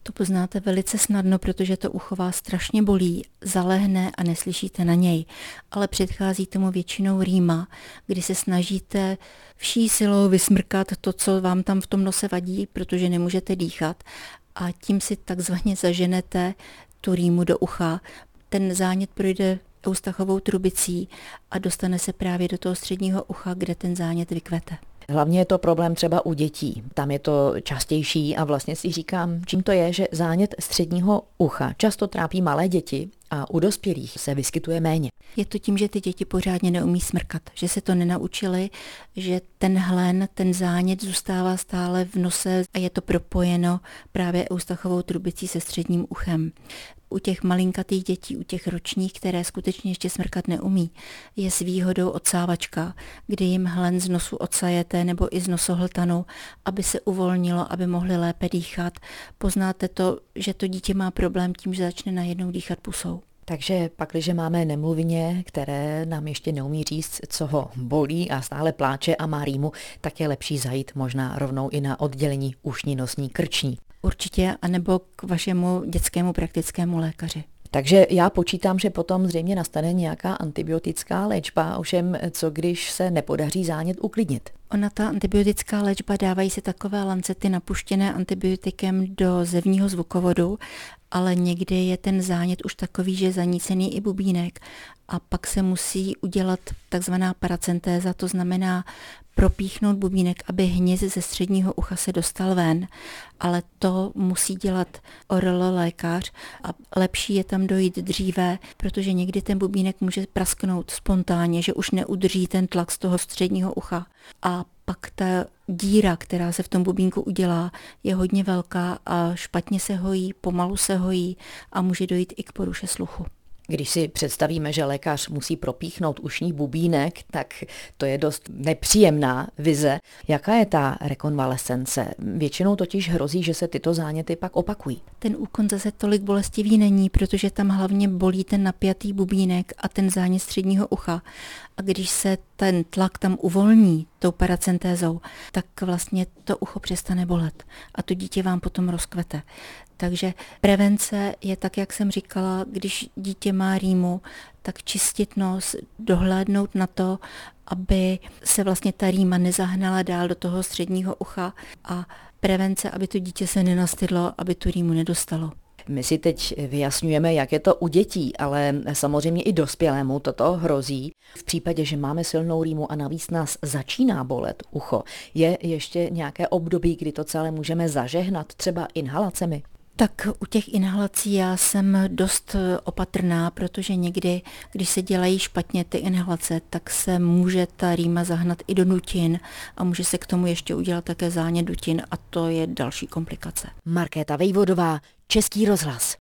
To poznáte velice snadno, protože to ucho vás strašně bolí, zalehne a neslyšíte na něj. Ale předchází tomu většinou rýma, kdy se snažíte vší silou vysmrkat to, co vám tam v tom nose vadí, protože nemůžete dýchat. A tím si takzvaně zaženete tu rýmu do ucha. Ten zánět projde eustachovou trubicí a dostane se právě do toho středního ucha, kde ten zánět vykvete. Hlavně je to problém třeba u dětí. Tam je to častější a vlastně si říkám, čím to je, že zánět středního ucha často trápí malé děti a u dospělých se vyskytuje méně. Je to tím, že ty děti pořádně neumí smrkat, že se to nenaučili, že ten hlen, ten zánět zůstává stále v nose a je to propojeno právě eustachovou trubicí se středním uchem. U těch malinkatých dětí, u těch ročních, které skutečně ještě smrkat neumí, je s výhodou odsávačka, kdy jim hlen z nosu odsajete nebo i z nosohltanu, aby se uvolnilo, aby mohli lépe dýchat. Poznáte to, že to dítě má problém tím, že začne najednou dýchat pusou. Takže pakliže máme nemluvně, které nám ještě neumí říct, co ho bolí a stále pláče a má rýmu, tak je lepší zajít možná rovnou i na oddělení ušní, nosní, krční. Určitě, anebo k vašemu dětskému praktickému lékaři. Takže já počítám, že potom zřejmě nastane nějaká antibiotická léčba, ovšem co když se nepodaří zánět uklidnit. Ona ta antibiotická léčba, dávají se takové lancety napuštěné antibiotikem do zevního zvukovodu, ale někdy je ten zánět už takový, že je zanícený i bubínek a pak se musí udělat takzvaná paracentéza, to znamená propíchnout bubínek, aby hněz ze středního ucha se dostal ven, ale to musí dělat ORL lékař a lepší je tam dojít dříve, protože někdy ten bubínek může prasknout spontánně, že už neudrží ten tlak z toho středního ucha a pak ta díra, která se v tom bubínku udělá, je hodně velká a špatně se hojí, pomalu se hojí a může dojít i k poruše sluchu. Když si představíme, že lékař musí propíchnout ušní bubínek, tak to je dost nepříjemná vize. Jaká je ta rekonvalescence? Většinou totiž hrozí, že se tyto záněty pak opakují. Ten úkon zase tolik bolestivý není, protože tam hlavně bolí ten napjatý bubínek a ten zánět středního ucha. A když se ten tlak tam uvolní tou paracentézou, tak vlastně to ucho přestane bolet a to dítě vám potom rozkvete. Takže prevence je tak, jak jsem říkala, když dítě má rýmu, tak čistit nos, dohlédnout na to, aby se vlastně ta rýma nezahnala dál do toho středního ucha a prevence, aby to dítě se nenastydlo, aby tu rýmu nedostalo. My si teď vyjasňujeme, jak je to u dětí, ale samozřejmě i dospělému toto hrozí. V případě, že máme silnou rýmu a navíc nás začíná bolet ucho, je ještě nějaké období, kdy to celé můžeme zažehnat třeba inhalacemi? Tak u těch inhalací já jsem dost opatrná, protože někdy, když se dělají špatně ty inhalace, tak se může ta rýma zahnat i do dutin a může se k tomu ještě udělat také zánět dutin a to je další komplikace. Markéta Vejvodová, Český rozhlas.